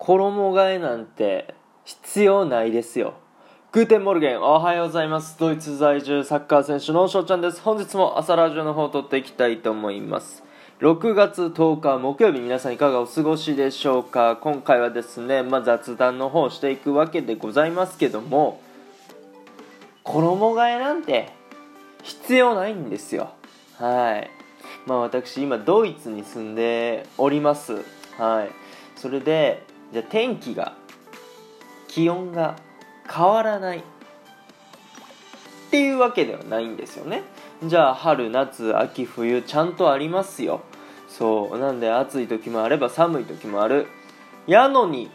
衣替えなんて必要ないですよ。グーテンモルゲン、おはようございます。ドイツ在住サッカー選手の翔ちゃんです。本日も朝ラジオの方を撮っていきたいと思います。6月10日木曜日、皆さんいかがお過ごしでしょうか。今回はですね、雑談の方をしていくわけでございますけども、衣替えなんて必要ないんですよ。私今ドイツに住んでおります。それでじゃあ気温が変わらないっていうわけではないんですよね。じゃあ春夏秋冬ちゃんとありますよ。そうなんで、暑い時もあれば寒い時もある。やのに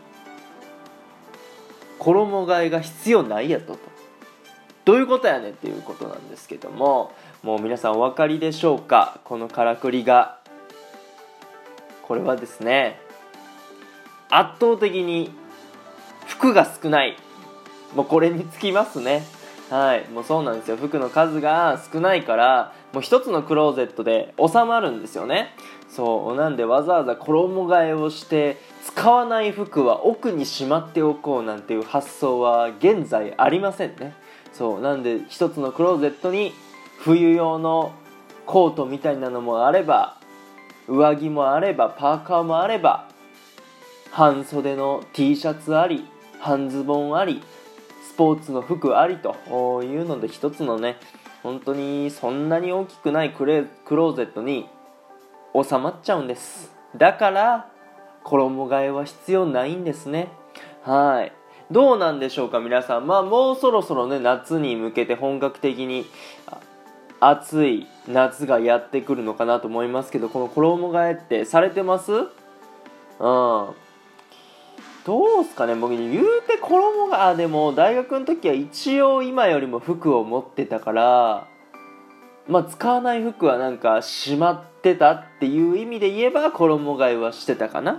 衣替えが必要ないやとどういうことやねんっていうことなんですけども、もう皆さんお分かりでしょうか。このからくりが、これはですね、圧倒的に服が少ない、もうこれにつきますね。もうそうなんですよ。服の数が少ないからもう一つのクローゼットで収まるんですよね。そうなんで、わざわざ衣替えをして使わない服は奥にしまっておこうなんていう発想は現在ありませんね。そうなんで、一つのクローゼットに冬用のコートみたいなのもあれば、上着もあれば、パーカーもあれば、半袖の T シャツあり、半ズボンあり、スポーツの服ありというので、一つのね、本当にそんなに大きくないクローゼットに収まっちゃうんです。だから衣替えは必要ないんですね。どうなんでしょうか皆さん。もうそろそろね、夏に向けて本格的に暑い夏がやってくるのかなと思いますけど、この衣替えってされてます？どうすかね。僕言うて衣がでも大学の時は一応今よりも服を持ってたから、使わない服はなんかしまってたっていう意味で言えば衣替えはしてたかな。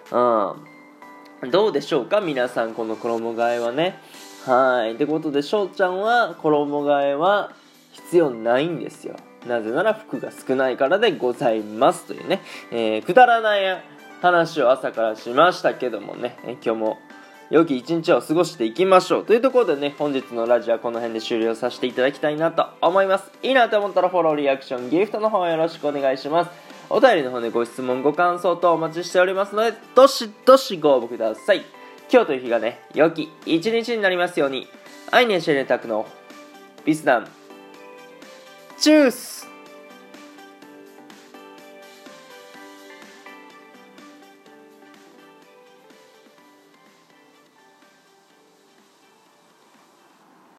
どうでしょうか皆さん、この衣替えはね。ってことで、翔ちゃんは衣替えは必要ないんですよ。なぜなら服が少ないからでございますというね、くだらない話を朝からしましたけどもね、今日も良き一日を過ごしていきましょうというところでね、本日のラジオはこの辺で終了させていただきたいなと思います。いいなと思ったらフォロー、リアクション、ギフトの方よろしくお願いします。お便りの方でご質問ご感想等お待ちしておりますので、どしどしご応募ください。今日という日がね、良き一日になりますように。アイネンシェレタクのビスダンチュース。